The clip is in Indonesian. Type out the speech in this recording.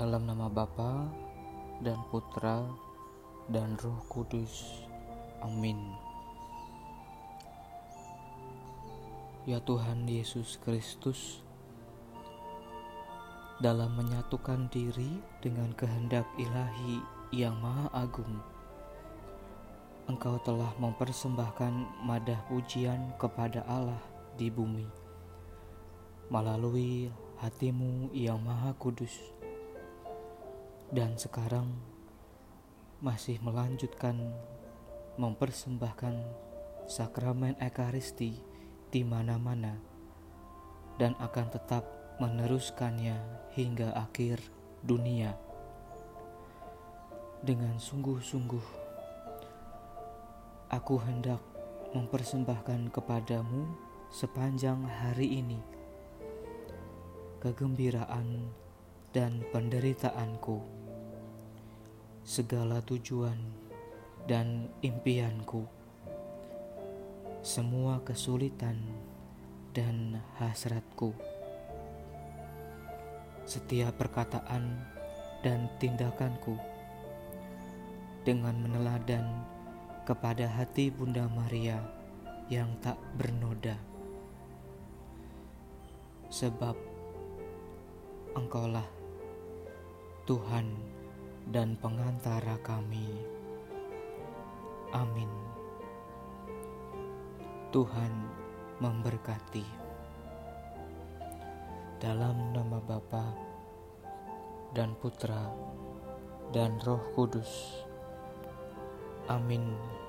Dalam nama Bapa dan Putra dan Roh Kudus. Amin. Ya Tuhan Yesus Kristus, dalam menyatukan diri dengan kehendak ilahi yang maha agung, Engkau telah mempersembahkan madah pujian kepada Allah di bumi melalui hati-Mu yang maha kudus, dan sekarang masih melanjutkan mempersembahkan sakramen Ekaristi di mana-mana, dan akan tetap meneruskannya hingga akhir dunia. Dengan sungguh-sungguh aku hendak mempersembahkan kepadamu sepanjang hari ini kegembiraan dan penderitaanku, segala tujuan dan impianku, semua kesulitan dan hasratku, setiap perkataan dan tindakanku, dengan meneladan kepada hati Bunda Maria yang tak bernoda. Sebab Engkaulah Tuhan dan pengantara kami. Amin. Tuhan memberkati. Dalam nama Bapa dan Putra dan Roh Kudus. Amin.